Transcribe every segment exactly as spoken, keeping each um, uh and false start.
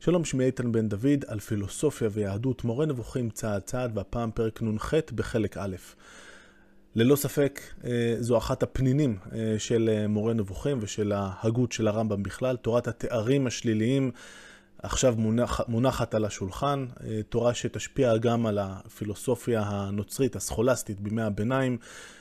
שלום, שמי איתן בן דוד על פילוסופיה ויהדות, מורה נבוכים צעד צעד, והפעם פרק נ"ח בחלק א'. ללא ספק זו אחת הפנינים של מורה נבוכים ושל ההגות של הרמב"ם בכלל, תורת התארים השליליים עכשיו מונח, מונחת על השולחן, תורה שתשפיע גם על הפילוסופיה הנוצרית, הסכולסטית בימי הביניים,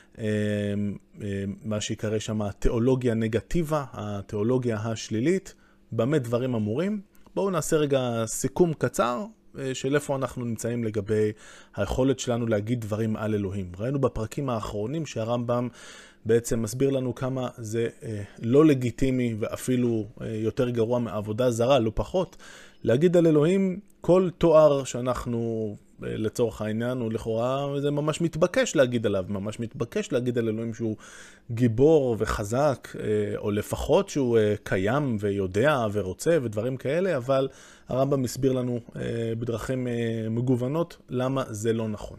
מה שיקרא שם התיאולוגיה נגטיבה, התיאולוגיה השלילית. במה דברים אמורים? בואו נעשה רגע סיכום קצר של איפה אנחנו נמצאים לגבי היכולת שלנו להגיד דברים על אלוהים. ראינו בפרקים האחרונים שהרמב"ם בעצם מסביר לנו כמה זה לא לגיטימי ואפילו יותר גרוע מעבודה זרה, לא פחות, להגיד על אלוהים כל תואר שאנחנו לצורך העניין, הוא לכאורה, זה ממש מתבקש להגיד עליו, ממש מתבקש להגיד על אלוהים שהוא גיבור וחזק, או לפחות שהוא קיים ויודע ורוצה ודברים כאלה, אבל הרמב"ם מסביר לנו בדרכים מגוונות למה זה לא נכון.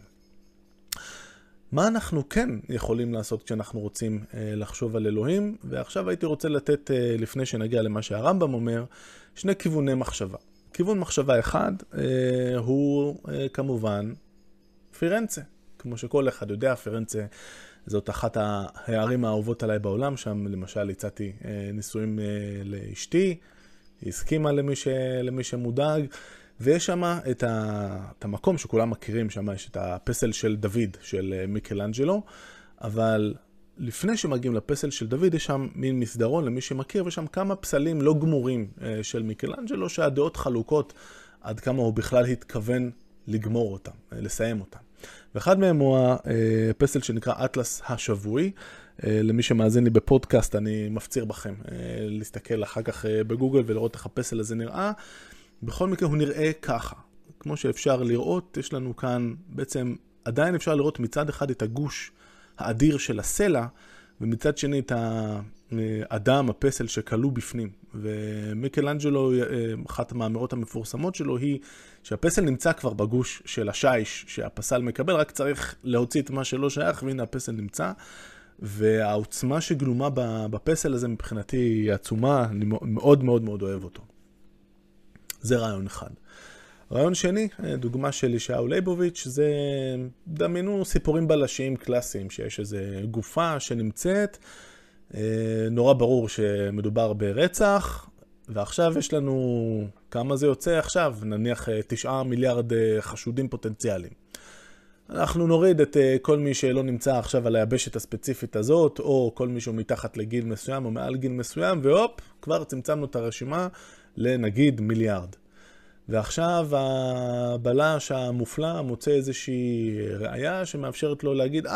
מה אנחנו כן יכולים לעשות כשאנחנו רוצים לחשוב על אלוהים? ועכשיו הייתי רוצה לתת, לפני שנגיע למה שהרמב"ם אומר, שני כיווני מחשבה. כיוון מחשבה אחד אה, הוא אה, כמובן פירנצה. כמו שכל אחד יודע, פירנצה זאת אחת הערים האהובות עליי בעולם, שם למשל הצעתי אה, נישואים אה, לאשתי, היא הסכימה למי, ש, למי שמודאג, ויש שם את, ה, את המקום שכולם מכירים, שם יש את הפסל של דוד, של אה, מיקלאנג'לו, אבל לפני שמגיעים לפסל של דוד, יש שם מין מסדרון למי שמכיר, ושם כמה פסלים לא גמורים של מיקלאנג'לו, שהדעות חלוקות עד כמה הוא בכלל התכוון לגמור אותם, לסיים אותם. ואחד מהם הוא הפסל שנקרא אטלס השבועי. למי שמאזין לי בפודקאסט, אני מפציר בכם להסתכל אחר כך בגוגל ולראות איך הפסל הזה נראה. בכל מקרה הוא נראה ככה. כמו שאפשר לראות, יש לנו כאן בעצם, עדיין אפשר לראות מצד אחד את הגוש האדיר של הסלע, ומצד שני את האדם, הפסל שכלוא בפנים. ומיקלאנג'לו, אחת המאמרות המפורסמות שלו היא שהפסל נמצא כבר בגוש של השיש שהפסל מקבל, רק צריך להוציא את מה שלא שייך, והנה הפסל נמצא. והעוצמה שגלומה בפסל הזה מבחינתי היא עצומה, אני מאוד מאוד מאוד אוהב אותו. זה רעיון אחד. רעיון שני, דוגמה של ישעיהו ליבוביץ', זה דמיינו סיפורים בלשיים קלאסיים, שיש איזה גופה שנמצאת, נורא ברור שמדובר ברצח, ועכשיו יש לנו, כמה זה יוצא עכשיו? נניח תשעה מיליארד חשודים פוטנציאליים. אנחנו נוריד את כל מי שלא נמצא עכשיו על היבשת הספציפית הזאת, או כל מי שהוא מתחת לגיל מסוים או מעל גיל מסוים, והופ, כבר צמצמנו את הרשימה לנגיד מיליארד. ועכשיו הבלש המופלא מוצא איזושהי ראייה שמאפשרת לו להגיד,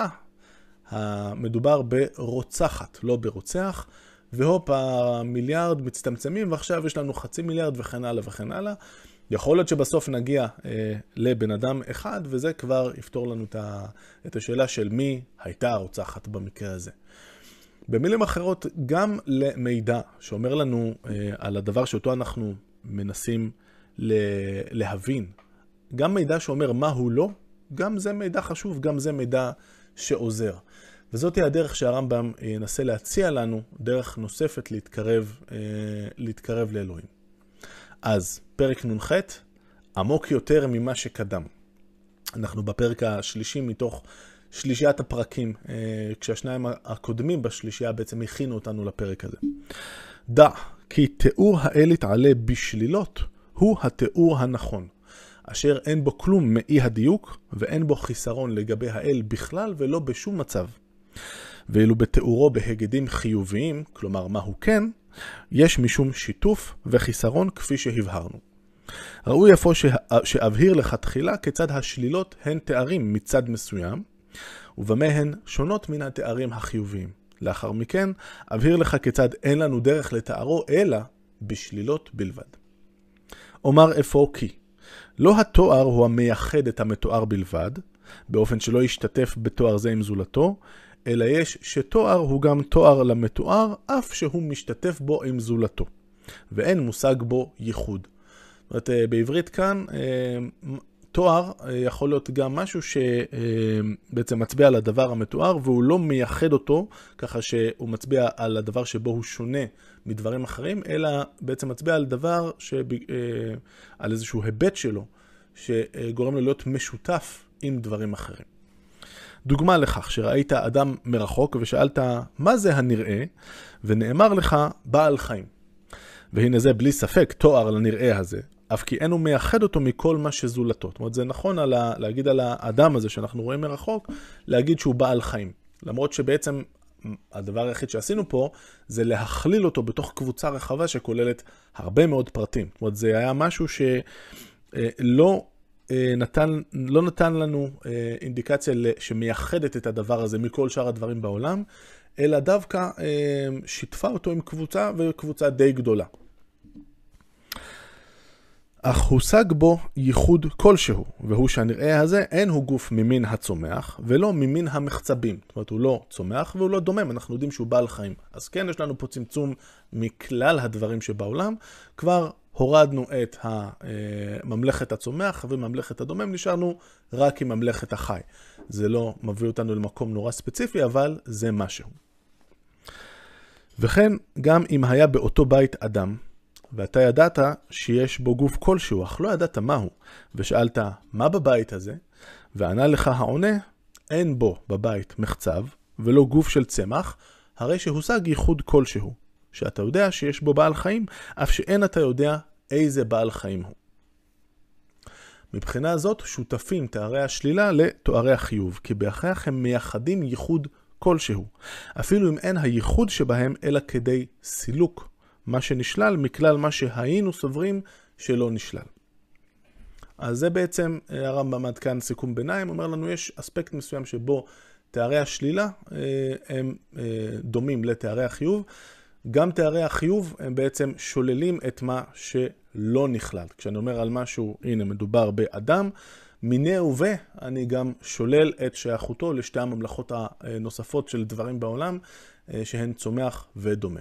אה, מדובר ברוצחת, לא ברוצח, והופ, המיליארד מצטמצמים, ועכשיו יש לנו חצי מיליארד וכן הלאה וכן הלאה. יכול להיות שבסוף נגיע אה, לבן אדם אחד, וזה כבר יפתור לנו את השאלה של מי הייתה הרוצחת במקרה הזה. במילים אחרות, גם למידע שאומר לנו אה, על הדבר שאותו אנחנו מנסים להבין, גם מידע שאומר מה הוא לא, גם זה מידע חשוב, גם זה מידע שעוזר. וזאת היא הדרך שהרמב"ם ינסה להציע לנו, דרך נוספת להתקרב, להתקרב לאלוהים. אז פרק נ"ח, עמוק יותר ממה שקדם. אנחנו בפרק השלישי מתוך שלישיית הפרקים, כשהשניים הקודמים בשלישייה בעצם הכינו אותנו לפרק הזה. דע, כי תיאור האל יתעלה בשלילות, הוא התיאור הנכון, אשר אין בו כלום מאי הדיוק, ואין בו חיסרון לגבי האל בכלל ולא בשום מצב. ואילו בתיאורו בהגדים חיוביים, כלומר מהו כן, יש משום שיתוף וחיסרון כפי שהבהרנו. ראוי איפה שאבהיר לך תחילה כיצד השלילות הן תארים מצד מסוים, ובמה הן שונות מן התארים החיוביים. לאחר מכן, אבהיר לך כיצד אין לנו דרך לתארו, אלא בשלילות בלבד. אומר אפוא כי, לא התואר הוא המייחד את המתואר בלבד, באופן שלא ישתתף בתואר זה עם זולתו, אלא יש שתואר הוא גם תואר למתואר, אף שהוא משתתף בו עם זולתו, ואין מושג בו ייחוד. זאת אומרת, בעברית כאן, תואר יכול להיות גם משהו שבעצם מצביע על הדבר המתואר, והוא לא מייחד אותו, ככה שהוא מצביע על הדבר שבו הוא שונה מדברים אחרים, אלא בעצם מצביע על דבר, שב... על איזשהו היבט שלו, שגורם לו להיות משותף עם דברים אחרים. דוגמה לכך שראית אדם מרחוק ושאלת מה זה הנראה, ונאמר לך בעל חיים. והנה זה בלי ספק תואר לנראה הזה, אף כי אין הוא מייחד אותו מכל מה שזולתו. זאת אומרת, זה נכון על ה... להגיד על האדם הזה שאנחנו רואים מרחוק, להגיד שהוא בעל חיים. למרות שבעצם הדבר היחיד שעשינו פה, זה להכליל אותו בתוך קבוצה רחבה שכוללת הרבה מאוד פרטים. זאת אומרת, זה היה משהו שלא נתן, לא נתן לנו אינדיקציה שמייחדת את הדבר הזה מכל שאר הדברים בעולם, אלא דווקא שיתפה אותו עם קבוצה, וקבוצה די גדולה. אך הושג בו ייחוד כלשהו, והוא שהנראה הזה אין הוא גוף ממין הצומח, ולא ממין המחצבים. זאת אומרת, הוא לא צומח והוא לא דומם, אנחנו יודעים שהוא בעל חיים. אז כן, יש לנו פה צמצום מכלל הדברים שבעולם, כבר הורדנו את ממלכת הצומח וממלכת הדומם, נשארנו רק עם ממלכת החי. זה לא מביא אותנו למקום נורא ספציפי, אבל זה משהו. וכן, גם אם היה באותו בית אדם, ואתה ידעת שיש בו גוף כלשהו, אך לא ידעת מהו, ושאלת מה בבית הזה, וענה לך העונה, אין בו בבית מחצב, ולא גוף של צמח, הרי שהושג ייחוד כלשהו, שאתה יודע שיש בו בעל חיים, אף שאין אתה יודע איזה בעל חיים הוא. מבחינה זאת שותפים תארי השלילה לתוארי החיוב, כי בהכרח הם מייחדים ייחוד כלשהו, אפילו אם אין הייחוד שבהם אלא כדי סילוק, מה שנשלל מכלל מה שהיינו סוברים שלא נשלל. אז זה בעצם הרמב"ם עד כאן סיכום ביניים, אומר לנו יש אספקט מסוים שבו תארי השלילה הם דומים לתארי החיוב, גם תארי החיוב הם בעצם שוללים את מה שלא נכלל. כשאני אומר על משהו, הנה מדובר באדם, מיני ובה אני גם שולל את שייכותו לשתי הממלכות הנוספות של דברים בעולם, שהן צומח ודומם.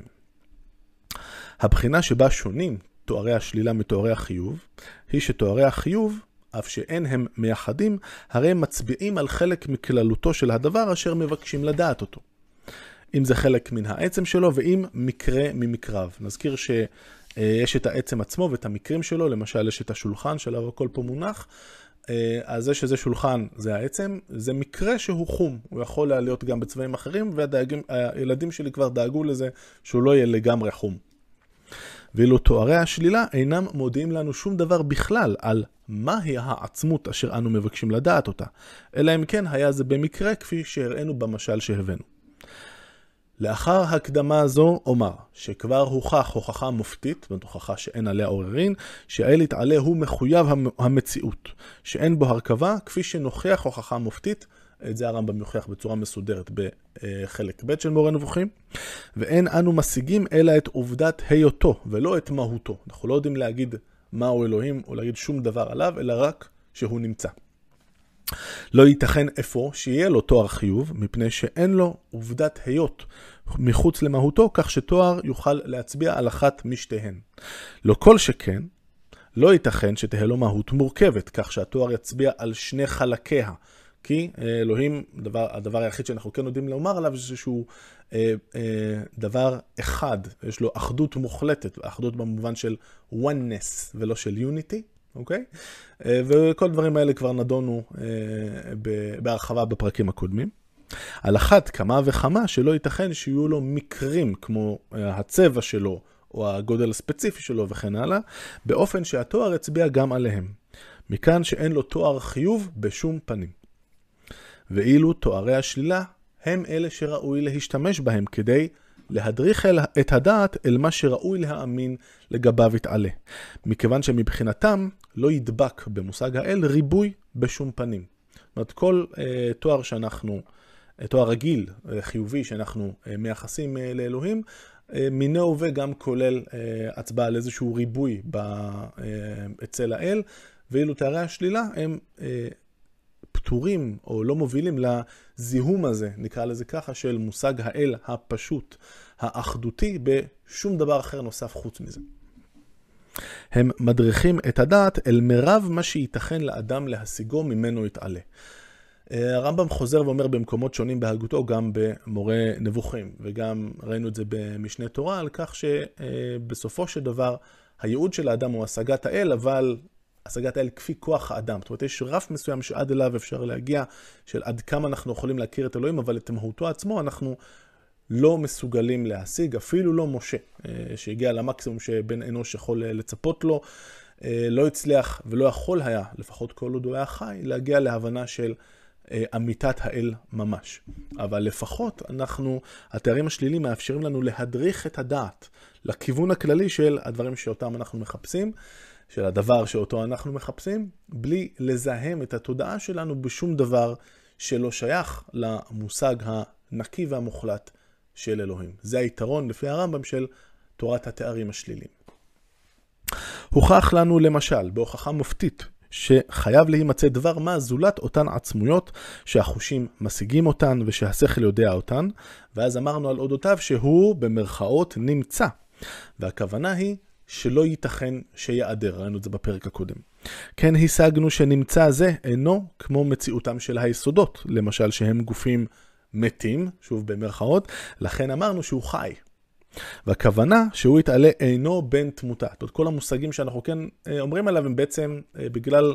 הבחינה שבה שונים תוארי השלילה מתוארי החיוב, היא שתוארי החיוב, אף שאין הם מייחדים, הרי הם מצביעים על חלק מכללותו של הדבר אשר מבקשים לדעת אותו. אם זה חלק מן העצם שלו, ואם מקרה ממקרב. נזכיר שיש את העצם עצמו ואת המקרים שלו, למשל יש את השולחן שלו, הכל פה מונח, אז זה שזה שולחן זה העצם, זה מקרה שהוא חום, הוא יכול להיות גם בצבעים אחרים, והילדים שלי כבר דאגו לזה שהוא לא יהיה לגמרי חום. ואילו תוארי השלילה אינם מודיעים לנו שום דבר בכלל על מהי העצמות אשר אנו מבקשים לדעת אותה, אלא אם כן היה זה במקרה כפי שהראינו במשל שהבאנו. לאחר הקדמה זו אומר שכבר הוכח הוכחה מופתית, הוכחה שאין עליה עוררין, שהאל יתעלה הוא מחויב המציאות, שאין בו הרכבה כפי שנוכיח הוכחה מופתית, את זה הרמב"ם יוכיח בצורה מסודרת בחלק ב' של מורה נבוכים, ואין אנו משיגים אלא את עובדת היותו ולא את מהותו. אנחנו לא יודעים להגיד מהו אלוהים או להגיד שום דבר עליו, אלא רק שהוא נמצא. לא ייתכן אפוא שיהיה לו תואר חיוב, מפני שאין לו עובדת היות מחוץ למהותו, כך שתואר יוכל להצביע על אחת משתיהן. לא כל שכן, לא ייתכן שתהיה לו מהות מורכבת, כך שהתואר יצביע על שני חלקיה. כי אלוהים, דבר, הדבר היחיד שאנחנו כן יודעים לומר עליו, זה שהוא אה, אה, דבר אחד, יש לו אחדות מוחלטת, אחדות במובן של oneness ולא של unity, אוקיי? אה, וכל דברים האלה כבר נדונו אה, בהרחבה בפרקים הקודמים. על אחת כמה וכמה שלא ייתכן שיהיו לו מקרים כמו הצבע שלו או הגודל הספציפי שלו וכן הלאה, באופן שהתואר יצביע גם עליהם. מכאן שאין לו תואר חיוב בשום פנים. ואילו תוארי השלילה הם אלה שראוי להשתמש בהם כדי להדריך את הדעת אל מה שראוי להאמין לגביו יתעלה. מכיוון שמבחינתם לא ידבק במושג האל ריבוי בשום פנים. זאת אומרת, כל uh, תואר שאנחנו, תואר רגיל, uh, חיובי שאנחנו uh, מייחסים uh, לאלוהים, uh, מינו וגם כולל uh, הצבעה על איזשהו ריבוי ב, uh, אצל האל, ואילו תוארי השלילה הם uh, פטורים או לא מובילים לזיהום הזה, נקרא לזה ככה, של מושג האל הפשוט, האחדותי, בשום דבר אחר נוסף חוץ מזה. הם מדריכים את הדעת אל מרב מה שייתכן לאדם להשיגו ממנו יתעלה. הרמב"ם חוזר ואומר במקומות שונים בהגותו, גם במורה נבוכים, וגם ראינו את זה במשנה תורה, על כך שבסופו של דבר הייעוד של האדם הוא השגת האל, אבל השגת האל כפי כוח האדם. זאת אומרת, יש רף מסוים שעד אליו אפשר להגיע, של עד כמה אנחנו יכולים להכיר את אלוהים, אבל את מהותו עצמו אנחנו לא מסוגלים להשיג, אפילו לא משה, שהגיע למקסימום שבן אנוש יכול לצפות לו, לא הצליח ולא יכול היה, לפחות כל עוד הוא היה חי, להגיע להבנה של אמיתת האל ממש. אבל לפחות אנחנו, התארים השליליים מאפשרים לנו להדריך את הדעת לכיוון הכללי של הדברים שאותם אנחנו מחפשים, של הדבר שאותו אנחנו מחפשים, בלי לזהם את התודעה שלנו בשום דבר שלא שייך למושג הנקי והמוחלט של אלוהים. זה היתרון לפי הרמב"ם של תורת התארים השליליים. הוכח לנו למשל בהוכחה מופתית שחייב להימצא דבר מה זולת אותן עצמויות שהחושים משיגים אותן ושהשכל יודע אותן, ואז אמרנו על אודותיו שהוא במרכאות נמצא, והכוונה היא שלא ייתכן שיעדר, ראינו את זה בפרק הקודם. כן השגנו שנמצא זה אינו כמו מציאותם של היסודות, למשל שהם גופים מתים, שוב במרכאות, לכן אמרנו שהוא חי. והכוונה שהוא יתעלה אינו בן תמותה. זאת אומרת, כל המושגים שאנחנו כן אומרים עליו הם בעצם בגלל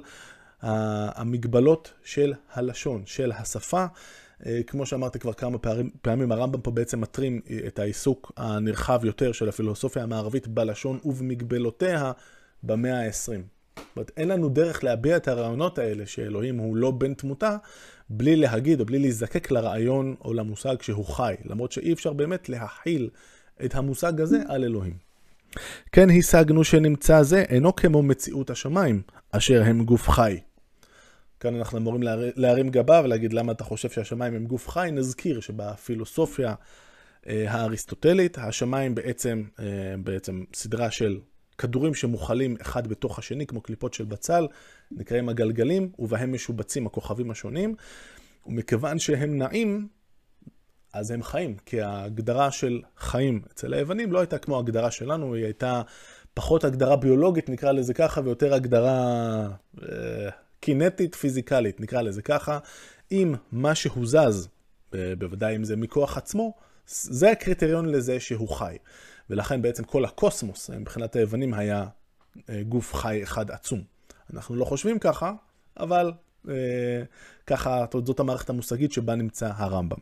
המגבלות של הלשון, של השפה. כמו שאמרתי כבר כמה פעמים, פעמים הרמב"ם פה בעצם מטרים את העיסוק הנרחב יותר של הפילוסופיה המערבית בלשון ובמגבלותיה במאה ה-עשרים. זאת אומרת, אין לנו דרך להביע את הרעיונות האלה שאלוהים הוא לא בן תמותה, בלי להגיד או בלי להזדקק לרעיון או למושג שהוא חי, למרות שאי אפשר באמת להכיל את המושג הזה על אלוהים. כן השגנו שנמצא זה אינו כמו מציאות השמיים, אשר הם גוף חי. כאן אנחנו אמורים להרים גבה ולהגיד למה אתה חושב שהשמיים הם גוף חי. נזכיר שבפילוסופיה האריסטוטלית, השמיים בעצם, בעצם סדרה של כדורים שמוכלים אחד בתוך השני, כמו קליפות של בצל, נקראים הגלגלים, ובהם משובצים הכוכבים השונים, ומכיוון שהם נעים, אז הם חיים, כי ההגדרה של חיים אצל היוונים לא הייתה כמו ההגדרה שלנו, היא הייתה פחות הגדרה ביולוגית, נקרא לזה ככה, ויותר הגדרה אה, קינטית, פיזיקלית, נקרא לזה ככה. אם מה שהוא זז, בוודאי אם זה מכוח עצמו, זה הקריטריון לזה שהוא חי. ולכן בעצם כל הקוסמוס, מבחינת היוונים, היה גוף חי אחד עצום. אנחנו לא חושבים ככה, אבל אה, ככה, זאת המערכת המושגית שבה נמצא הרמב"ם.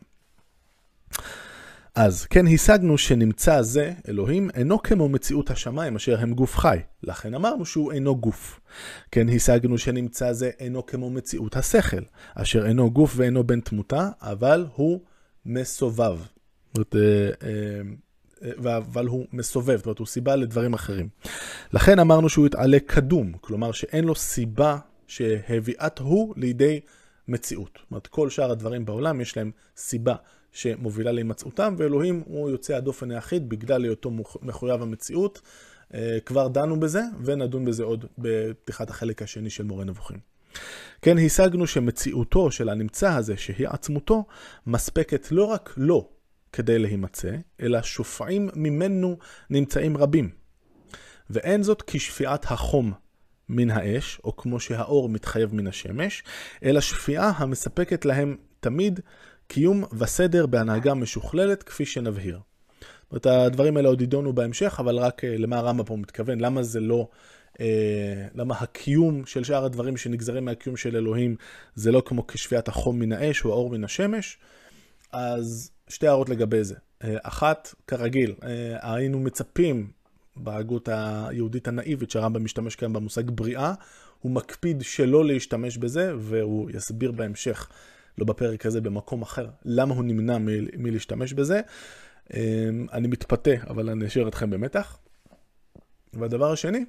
אז כן השגנו שנמצא זה, אלוהים, אינו כמו מציאות השמיים, אשר הם גוף חי. לכן אמרנו שהוא אינו גוף. כן השגנו שנמצא זה אינו כמו מציאות השכל, אשר אינו גוף ואינו בן תמותה, אבל הוא מסובב. זאת אומרת, אבל הוא מסובב, זאת אומרת, הוא סיבה לדברים אחרים. לכן אמרנו שהוא יתעלה קדום, כלומר שאין לו סיבה שהביאת הוא לידי מציאות. זאת אומרת, כל שאר הדברים בעולם יש להם סיבה שמובילה להימצאותם, ואלוהים הוא יוצא הדופן היחיד בגלל היותו מחויב המציאות. כבר דנו בזה, ונדון בזה עוד בפתיחת החלק השני של מורה נבוכים. כן השגנו שמציאותו של הנמצא הזה, שהיא עצמותו, מספקת לא רק לו כדי להימצא, אלא שופעים ממנו נמצאים רבים. ואין זאת כשפיעת החום מן האש, או כמו שהאור מתחייב מן השמש, אלא שפיעה המספקת להם תמיד קיום וסדר בהנהגה משוכללת, כפי שנבהיר. זאת אומרת, הדברים האלה עוד ידונו בהמשך, אבל רק למה הרמב"ם פה מתכוון, למה זה לא, אה, למה הקיום של שאר הדברים שנגזרים מהקיום של אלוהים, זה לא כמו כשפיעת החום מן האש או האור מן השמש. אז שתי הערות לגבי זה. אחת, כרגיל, היינו מצפים בהגות היהודית הנאיבית שהרמב"ם משתמש כאן במושג בריאה, הוא מקפיד שלא להשתמש בזה, והוא יסביר בהמשך, לא בפרק הזה, במקום אחר, למה הוא נמנע מ- מלהשתמש בזה. אני מתפתה, אבל אני אשאיר אתכם במתח. והדבר השני,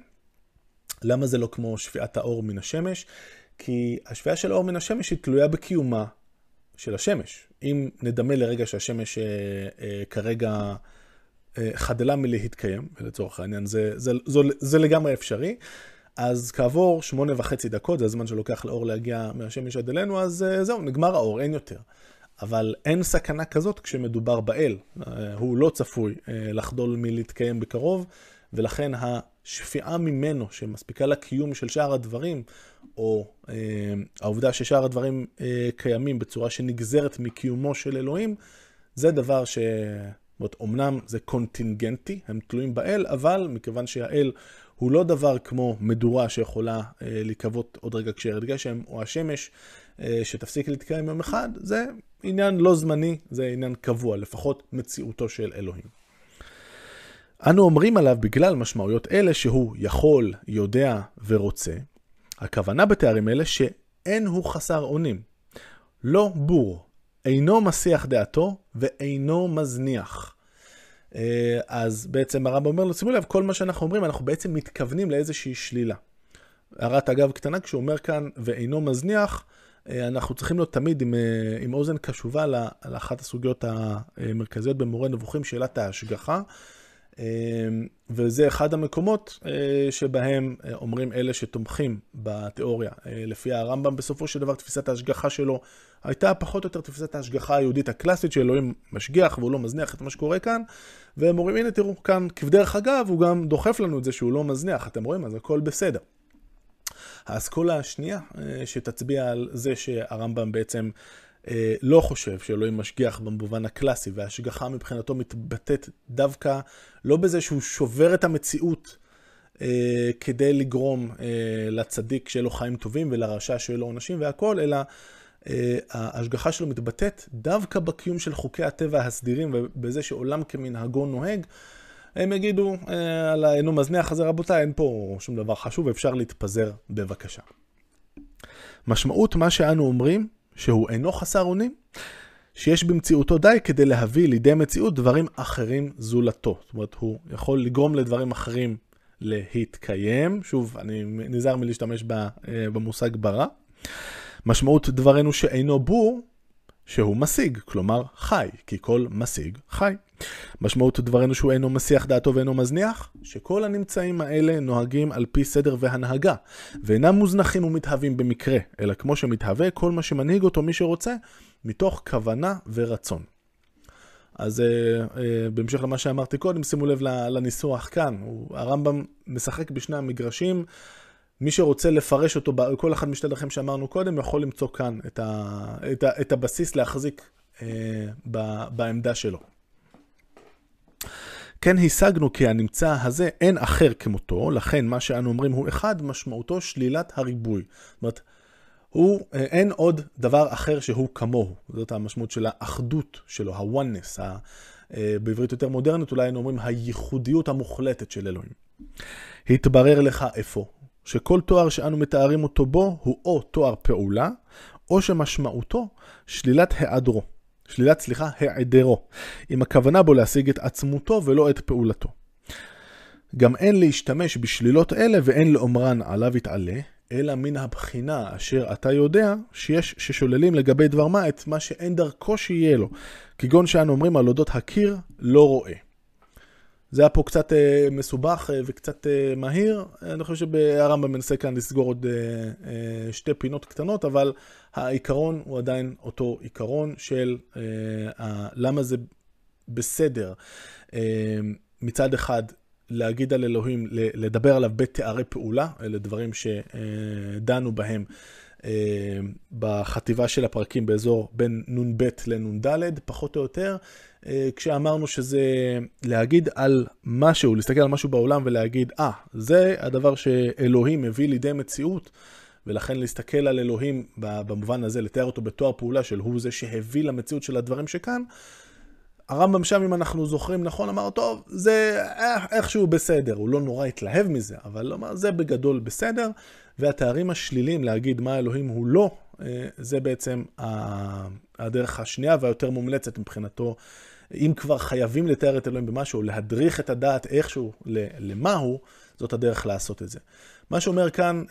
למה זה לא כמו שפיעת האור מן השמש? כי השפיעה של האור מן השמש היא תלויה בקיומה של השמש. אם נדמה לרגע שהשמש אה, אה, כרגע אה, חדלה מלהתקיים, ולצורך העניין זה, זה, זה, זה לגמרי אפשרי, אז כעבור שמונה וחצי דקות, זה הזמן שלוקח לאור להגיע מהשמש עד אלינו, אז אה, זהו, נגמר האור, אין יותר. אבל אין סכנה כזאת כשמדובר באל. אה, הוא לא צפוי אה, לחדול מלהתקיים בקרוב, ולכן שפיעה ממנו שמספיקה לקיום של שאר הדברים, או אה, העובדה ששאר הדברים אה, קיימים בצורה שנגזרת מקיומו של אלוהים, זה דבר ש... אומנם זה קונטינגנטי, הם תלויים באל, אבל מכיוון שהאל הוא לא דבר כמו מדורה שיכולה אה, להיקוות עוד רגע כשירד גשם, או השמש אה, שתפסיק להתקיים יום אחד, זה עניין לא זמני, זה עניין קבוע, לפחות מציאותו של אלוהים. אנו אומרים עליו בגלל משמעויות אלה שהוא יכול, יודע ורוצה. הכוונה בתארים אלה שאין הוא חסר אונים, לא בור, אינו מסיח דעתו ואינו מזניח. אז בעצם הרמב"ם אומר לו, שימו לב, כל מה שאנחנו אומרים, אנחנו בעצם מתכוונים לאיזושהי שלילה. הערת אגב קטנה, כשהוא אומר כאן ואינו מזניח, אנחנו צריכים להיות תמיד עם, עם אוזן קשובה לאחת הסוגיות המרכזיות במורה נבוכים, שאלת ההשגחה. וזה אחד המקומות שבהם אומרים אלה שתומכים בתיאוריה. לפי הרמב"ם בסופו של דבר תפיסת ההשגחה שלו הייתה פחות או יותר תפיסת ההשגחה היהודית הקלאסית שאלוהים משגיח והוא לא מזניח את מה שקורה כאן. והם אומרים, הנה תראו כאן כבדרך אגב הוא גם דוחף לנו את זה שהוא לא מזניח, אתם רואים, אז הכל בסדר. האסכולה השנייה שתצביע על זה שהרמב"ם בעצם לא חושב שאלוהים משגיח במובן הקלאסי, וההשגחה מבחינתו מתבטאת דווקא לא בזה שהוא שובר את המציאות אה, כדי לגרום אה, לצדיק שלו חיים טובים ולרשע שלו עונשים והכל, אלא אה, ההשגחה שלו מתבטאת דווקא בקיום של חוקי הטבע הסדירים ובזה שעולם כמנהגו נוהג. הם יגידו אה, על האינו מזניח הזה, רבותיי, אין פה שום דבר חשוב, אפשר להתפזר בבקשה. משמעות מה שאנו אומרים שהוא אינו חסר אונים, שיש במציאותו די כדי להביא לידי מציאות דברים אחרים זולתו. זאת אומרת, הוא יכול לגרום לדברים אחרים להתקיים. שוב, אני נזהר מלהשתמש במושג ברא. משמעות דברנו שאינו בור, שהוא משיג, כלומר חי, כי כל משיג חי. משמעות דברנו שהוא אינו מסיח דעתו ואינו מזניח, שכל הנמצאים האלה נוהגים על פי סדר והנהגה, ואינם מוזנחים ומתהווים במקרה, אלא כמו שמתהווה כל מה שמנהיג אותו מי שרוצה, מתוך כוונה ורצון. אז uh, uh, בהמשך למה שאמרתי קודם, שימו לב לניסוח כאן, הוא, הרמב"ם משחק בשני המגרשים, מי שרוצה לפרש אותו, כל אחד משתי דרכים שאמרנו קודם, יכול למצוא כאן את, ה, את, ה, את הבסיס להחזיק uh, ב, בעמדה שלו. כן השגנו כי הנמצא הזה אין אחר כמותו, לכן מה שאנו אומרים הוא אחד, משמעותו שלילת הריבוי. זאת אומרת, הוא, אין עוד דבר אחר שהוא כמוהו. זאת המשמעות של האחדות שלו, ה-oneness, ה, בעברית יותר מודרנית, אולי היינו אומרים הייחודיות המוחלטת של אלוהים. התברר לך איפה, שכל תואר שאנו מתארים אותו בו הוא או תואר פעולה, או שמשמעותו שלילת היעדרו. שלילת, סליחה, היעדרו. עם הכוונה בו להשיג את עצמותו ולא את פעולתו. גם אין להשתמש בשלילות אלה ואין לאומרן עליו יתעלה, אלא מן הבחינה אשר אתה יודע שיש ששוללים לגבי דבר מה את מה שאין דרכו שיהיה לו. כגון שאנו אומרים על אודות הקיר לא רואה. זה היה פה קצת אה, מסובך אה, וקצת אה, מהיר. אני חושב שהרמב"ם מנסה כאן לסגור עוד אה, אה, שתי פינות קטנות, אבל העיקרון הוא עדיין אותו עיקרון של אה, אה, למה זה בסדר. אה, מצד אחד, להגיד על אלוהים, לדבר עליו בתארי פעולה, אלה דברים שדנו בהם אה, בחטיבה של הפרקים באזור בין נון ב' לנון ד', פחות או יותר, כשאמרנו שזה להגיד על משהו, להסתכל על משהו בעולם ולהגיד, אה, זה הדבר שאלוהים מביא לידי מציאות, ולכן להסתכל על אלוהים במובן הזה, לתאר אותו בתואר פעולה של הוא זה שהביא למציאות של הדברים שכאן. הרמב"ם שם, אם אנחנו זוכרים נכון, אמר, טוב, זה איכשהו בסדר, הוא לא נורא התלהב מזה, אבל אמר, זה בגדול בסדר, והתארים השליליים להגיד מה אלוהים הוא לא, זה בעצם הדרך השנייה והיותר מומלצת מבחינתו. אם כבר חייבים לתאר את אלוהים במשהו, להדריך את הדעת איכשהו למהו, זאת הדרך לעשות את זה. מה שאומר כאן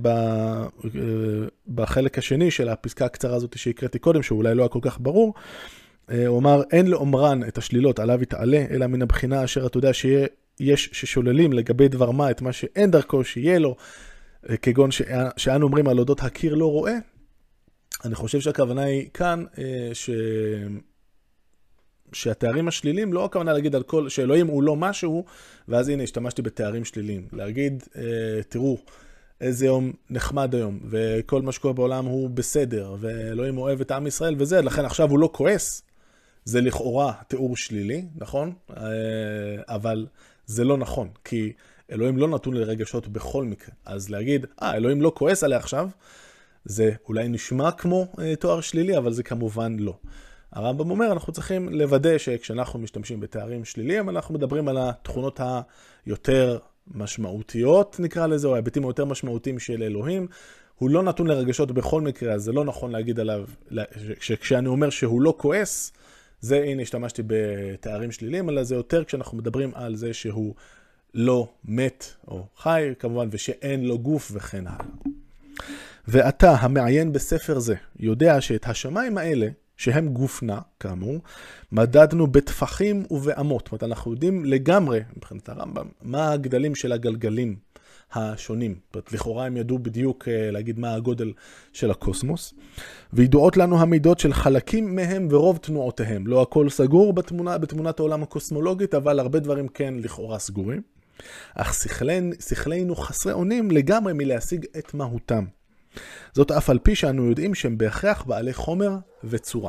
בחלק השני של הפסקה הקצרה הזאת שהקראתי קודם, שאולי לא היה כל כך ברור, הוא אמר, אין לאומרן את השלילות עליו יתעלה, אלא מן הבחינה אשר אתה יודע שיש ששוללים לגבי דבר מה את מה שאין דרכו שיהיה לו, כגון שאנו אומרים על אודות הקיר לא רואה. אני חושב שהכוונה היא כאן, שהתארים השליליים לא הכוונה להגיד על כל, שאלוהים הוא לא משהו, ואז הנה השתמשתי בתארים שליליים. להגיד, אה, תראו, איזה יום נחמד היום, וכל מה שקורה בעולם הוא בסדר, ואלוהים אוהב את עם ישראל וזה, לכן עכשיו הוא לא כועס, זה לכאורה תיאור שלילי, נכון? אבל זה לא נכון, כי אלוהים לא נתון לרגשות בכל מקרה. אז להגיד, אה, אלוהים לא כועס עליה עכשיו, זה אולי נשמע כמו תואר שלילי, אבל זה כמובן לא. הרמב"ם אומר, אנחנו צריכים לוודא שכשאנחנו משתמשים בתארים שליליים, אנחנו מדברים על התכונות היותר משמעותיות, נקרא לזה, או ההיבטים היותר משמעותיים של אלוהים. הוא לא נתון לרגשות בכל מקרה, אז זה לא נכון להגיד עליו, שכשאני אומר שהוא לא כועס, זה, הנה, השתמשתי בתארים שליליים, אלא זה יותר כשאנחנו מדברים על זה שהוא לא מת או חי, כמובן, ושאין לו גוף וכן הלאה. ואתה, המעיין בספר זה, יודע שאת השמיים האלה, שהם גופנה, כאמור, מדדנו בטפחים ובאמות. זאת אומרת, אנחנו יודעים לגמרי, מבחינת הרמב"ם, מה הגדלים של הגלגלים השונים. זאת אומרת, לכאורה הם ידעו בדיוק להגיד מה הגודל של הקוסמוס. וידועות לנו המידות של חלקים מהם ורוב תנועותיהם. לא הכל סגור בתמונה, בתמונת העולם הקוסמולוגית, אבל הרבה דברים כן לכאורה סגורים. אך שכלנו, שכלנו חסרי אונים לגמרי מלהשיג את מהותם. זאת אף על פי שאנו יודעים שהם בהכרח בעלי חומר וצורה.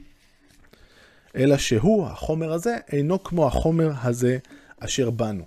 אלא שהוא, החומר הזה, אינו כמו החומר הזה אשר בנו.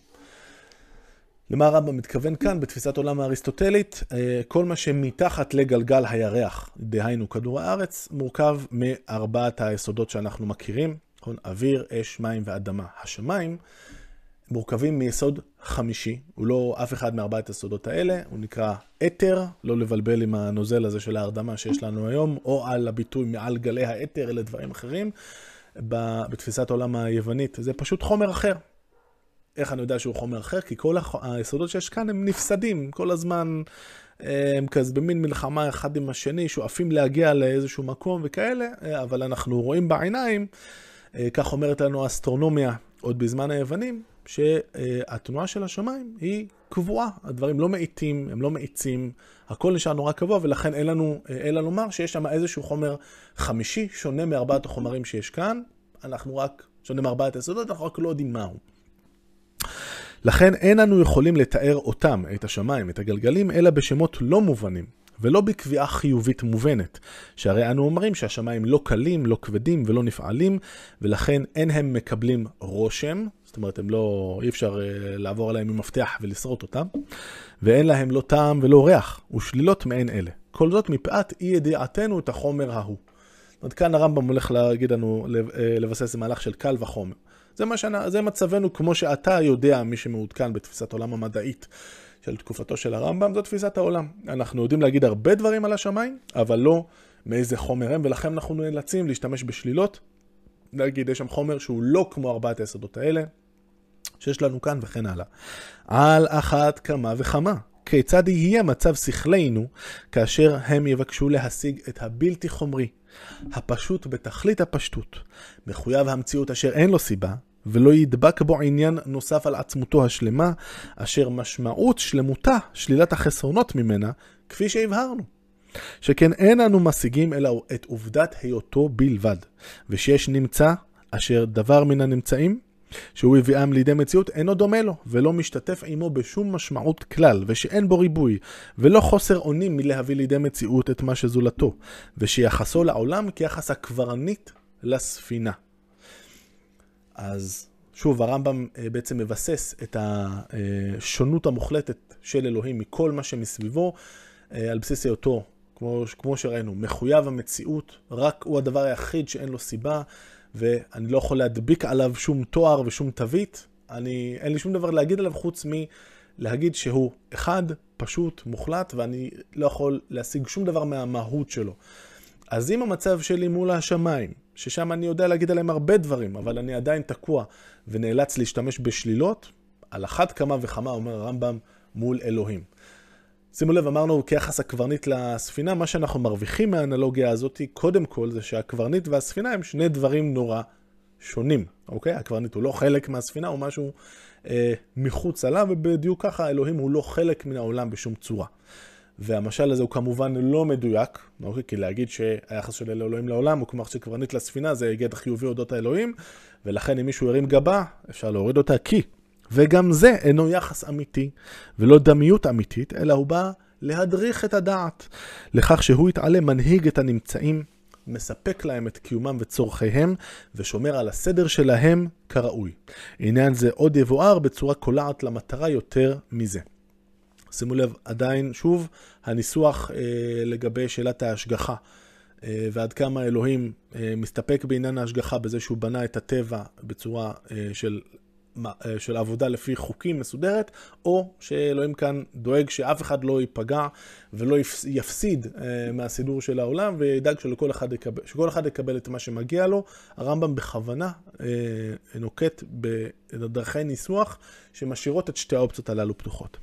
למה הרמב"ם מתכוון כאן? בתפיסת עולם האריסטוטלית, כל מה שמתחת לגלגל הירח, דהיינו כדור הארץ, מורכב מארבעת היסודות שאנחנו מכירים, אוויר, אש, מים ואדמה. השמיים מורכבים מיסוד חמישי, הוא לא אף אחד מארבעת היסודות האלה, הוא נקרא אתר, לא לבלבל עם הנוזל הזה של ההרדמה שיש לנו היום, או על הביטוי מעל גלי האתר, אלה דברים אחרים. בתפיסת העולם היוונית זה פשוט חומר אחר. איך אני יודע שהוא חומר אחר? כי כל היסודות שיש כאן הם נפסדים, כל הזמן הם כזה במין מלחמה אחד עם השני, שואפים להגיע לאיזשהו מקום וכאלה, אבל אנחנו רואים בעיניים, כך אומרת לנו האסטרונומיה עוד בזמן היוונים, שהתנועה של השמיים היא קבועה, הדברים לא מאיטים, הם לא מאיצים, הכל נשאר נורא קבוע, ולכן אין לנו, אלא לומר שיש שם איזשהו חומר חמישי, שונה מארבעת החומרים שיש כאן, אנחנו רק, שונה מארבעת היסודות, אנחנו רק לא יודעים מהו. לכן אין אנו יכולים לתאר אותם, את השמיים, את הגלגלים, אלא בשמות לא מובנים, ולא בקביעה חיובית מובנת, שהרי אנו אומרים שהשמיים לא קלים, לא כבדים ולא נפעלים, ולכן אין הם מקבלים רושם, זאת אומרת, הם לא, אי אפשר לעבור עליהם עם מפתח ולשרוט אותם, ואין להם לא טעם ולא ריח, ושלילות מעין אלה. כל זאת מפאת אי ידיעתנו את החומר ההוא. זאת אומרת, כאן הרמב"ם הולך להגיד לנו, לבסס מהלך של קל וחומר. זה, מה שנה, זה מצבנו כמו שאתה יודע, מי שמעודכן בתפיסת עולם המדעית של תקופתו של הרמב"ם, זו תפיסת העולם. אנחנו יודעים להגיד הרבה דברים על השמיים, אבל לא מאיזה חומר הם, ולכן אנחנו נאלצים להשתמש בשלילות, להגיד, יש שם חומר שהוא לא כמו ארבעת היסודות האלה, שיש לנו כאן וכן הלאה. על אחת כמה וכמה. כיצד יהיה מצב שכלנו, כאשר הם יבקשו להשיג את הבלתי חומרי, הפשוט בתכלית הפשטות, מחויב המציאות אשר אין לו סיבה, ולא ידבק בו עניין נוסף על עצמותו השלמה, אשר משמעות שלמותה, שלילת החסרונות ממנה, כפי שהבהרנו. שכן אין אנו משיגים אלא את עובדת היותו בלבד, ושיש נמצא אשר דבר מן הנמצאים, שהוא הביאם לידי מציאות, אינו דומה לו, ולא משתתף עמו בשום משמעות כלל, ושאין בו ריבוי, ולא חוסר אונים מלהביא לידי מציאות את מה שזולתו, ושיחסו לעולם כיחס הקברנית לספינה. אז שוב, הרמב"ם בעצם מבסס את השונות המוחלטת של אלוהים מכל מה שמסביבו, על בסיס היותו, כמו, כמו שראינו, מחויב המציאות, רק הוא הדבר היחיד שאין לו סיבה, ואני לא יכול להדביק עליו שום תואר ושום תווית, אני, אין לי שום דבר להגיד עליו חוץ מלהגיד שהוא אחד, פשוט, מוחלט, ואני לא יכול להשיג שום דבר מהמהות שלו. אז אם המצב שלי מול השמיים, ששם אני יודע להגיד עליהם הרבה דברים, אבל אני עדיין תקוע ונאלץ להשתמש בשלילות, על אחת כמה וכמה, אומר הרמב"ם, מול אלוהים. שימו לב, אמרנו כיחס הקברנית לספינה, מה שאנחנו מרוויחים מהאנלוגיה הזאת, קודם כל זה שהקברנית והספינה הם שני דברים נורא שונים, אוקיי? הקברנית הוא לא חלק מהספינה, הוא משהו אה, מחוץ עליו, ובדיוק ככה האלוהים הוא לא חלק מן העולם בשום צורה. והמשל הזה הוא כמובן לא מדויק, אוקיי? כי להגיד שהיחס של אלוהים לעולם הוא כמו שקברניט לספינה, זה יגד חיובי אודות האלוהים, ולכן אם מישהו הרים גבה, אפשר להוריד אותה כי. וגם זה אינו יחס אמיתי, ולא דמיות אמיתית, אלא הוא בא להדריך את הדעת, לכך שהוא יתעלה מנהיג את הנמצאים, מספק להם את קיומם וצורכיהם, ושומר על הסדר שלהם כראוי. עניין זה עוד יבואר בצורה קולעת למטרה יותר מזה. שימו לב, עדיין, שוב, הניסוח אה, לגבי שאלת ההשגחה, אה, ועד כמה אלוהים אה, מסתפק בעניין ההשגחה, בזה שהוא בנה את הטבע בצורה אה, של, אה, של עבודה לפי חוקים מסודרת, או שאלוהים כאן דואג שאף אחד לא ייפגע, ולא יפסיד אה, מהסידור של העולם, וידאג שלכל אחד יקבל, שכל אחד יקבל את מה שמגיע לו. הרמב"ם בכוונה אה, נוקט בדרכי ניסוח, שמשאירות את שתי האופציות הללו פתוחות.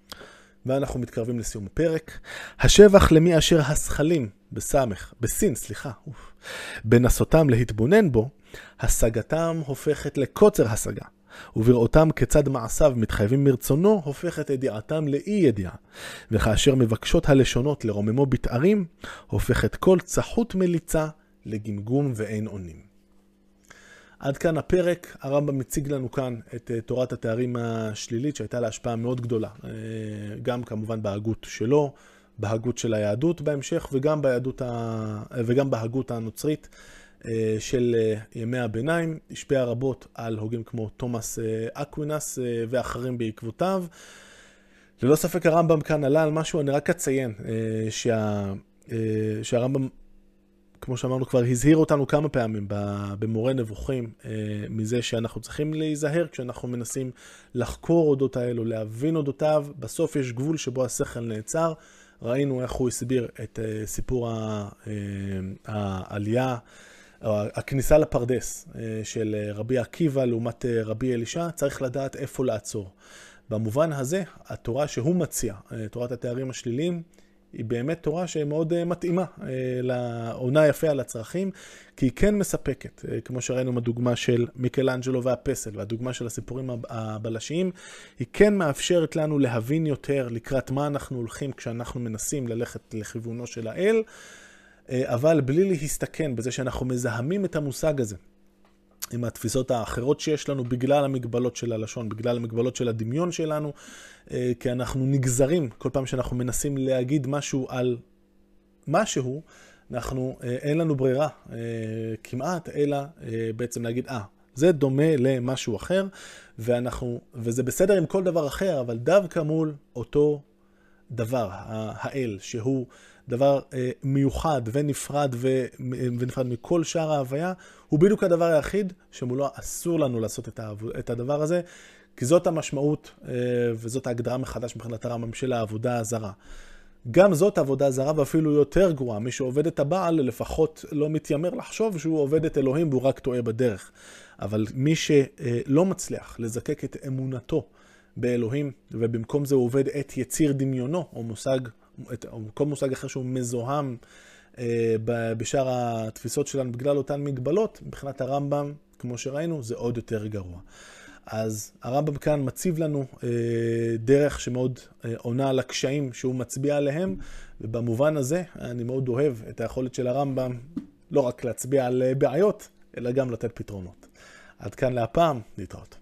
ואנחנו מתקרבים לסיום הפרק. השבח למי אשר השכלים בסמך, בסין, סליחה, אוף, בנסותם להתבונן בו, השגתם הופכת לקוצר השגה, ובראותם כיצד מעשיו מתחייבים מרצונו, הופכת ידיעתם לאי ידיעה, וכאשר מבקשות הלשונות לרוממו בתארים, הופכת כל צחות מליצה לגמגום ואין עונים. עד כאן הפרק. הרמב"ם מציג לנו כאן את תורת התארים השלילית, שהייתה לה השפעה מאוד גדולה, גם כמובן בהגות שלו, בהגות של היהדות בהמשך, וגם ביהדות ה... וגם בהגות הנוצרית של ימי הביניים. השפיע רבות על הוגים כמו תומאס אקווינס ואחרים בעקבותיו. ללא ספק הרמב"ם כאן עלה על משהו. אני רק אציין שה... שהרמב"ם, כמו שאמרנו כבר, הזהיר אותנו כמה פעמים במורה נבוכים מזה שאנחנו צריכים להיזהר כשאנחנו מנסים לחקור אודות האלו, להבין אודותיו. בסוף יש גבול שבו השכל נעצר. ראינו איך הוא הסביר את סיפור העלייה, הכניסה לפרדס של רבי עקיבא לעומת רבי אלישע. צריך לדעת איפה לעצור. במובן הזה, התורה שהוא מציע, תורת התארים השליליים, היא באמת תורה שמאוד מתאימה לעונה יפה על הצרכים, כי היא כן מספקת, כמו שראינו מהדוגמה של מיקלאנג'לו והפסל, והדוגמה של הסיפורים הבלשיים, היא כן מאפשרת לנו להבין יותר לקראת מה אנחנו הולכים כשאנחנו מנסים ללכת לכיוונו של האל, אבל בלי להסתכן בזה שאנחנו מזהמים את המושג הזה עם התפיסות האחרות שיש לנו בגלל המגבלות של הלשון, בגלל המגבלות של הדמיון שלנו, כי אנחנו נגזרים כל פעם שאנחנו מנסים להגיד משהו על משהו, אנחנו, אין לנו ברירה כמעט, אלא בעצם להגיד, אה, זה דומה למשהו אחר, ואנחנו, וזה בסדר עם כל דבר אחר, אבל דווקא מול אותו דבר, האל, שהוא דבר מיוחד ונפרד ונפרד מכל שאר ההוויה, הוא בדיוק הדבר היחיד שמולו אסור לנו לעשות את הדבר הזה, כי זאת המשמעות וזאת ההגדרה מחדש מבחינת הרמב"ם של העבודה הזרה. גם זאת עבודה זרה ואפילו יותר גרועה. מי שעובד את הבעל לפחות לא מתיימר לחשוב שהוא עובד את אלוהים והוא רק טועה בדרך. אבל מי שלא מצליח לזקק את אמונתו באלוהים, ובמקום זה הוא עובד את יציר דמיונו, או מושג, או כל מושג אחר שהוא מזוהם בשאר התפיסות שלנו בגלל אותן מגבלות, מבחינת הרמב"ם, כמו שראינו, זה עוד יותר גרוע. אז הרמב"ם כאן מציב לנו אה, דרך שמאוד אה, עונה על הקשיים שהוא מצביע עליהם, ובמובן הזה אני מאוד אוהב את היכולת של הרמב"ם לא רק להצביע על בעיות, אלא גם לתת פתרונות. עד כאן להפעם, להתראות.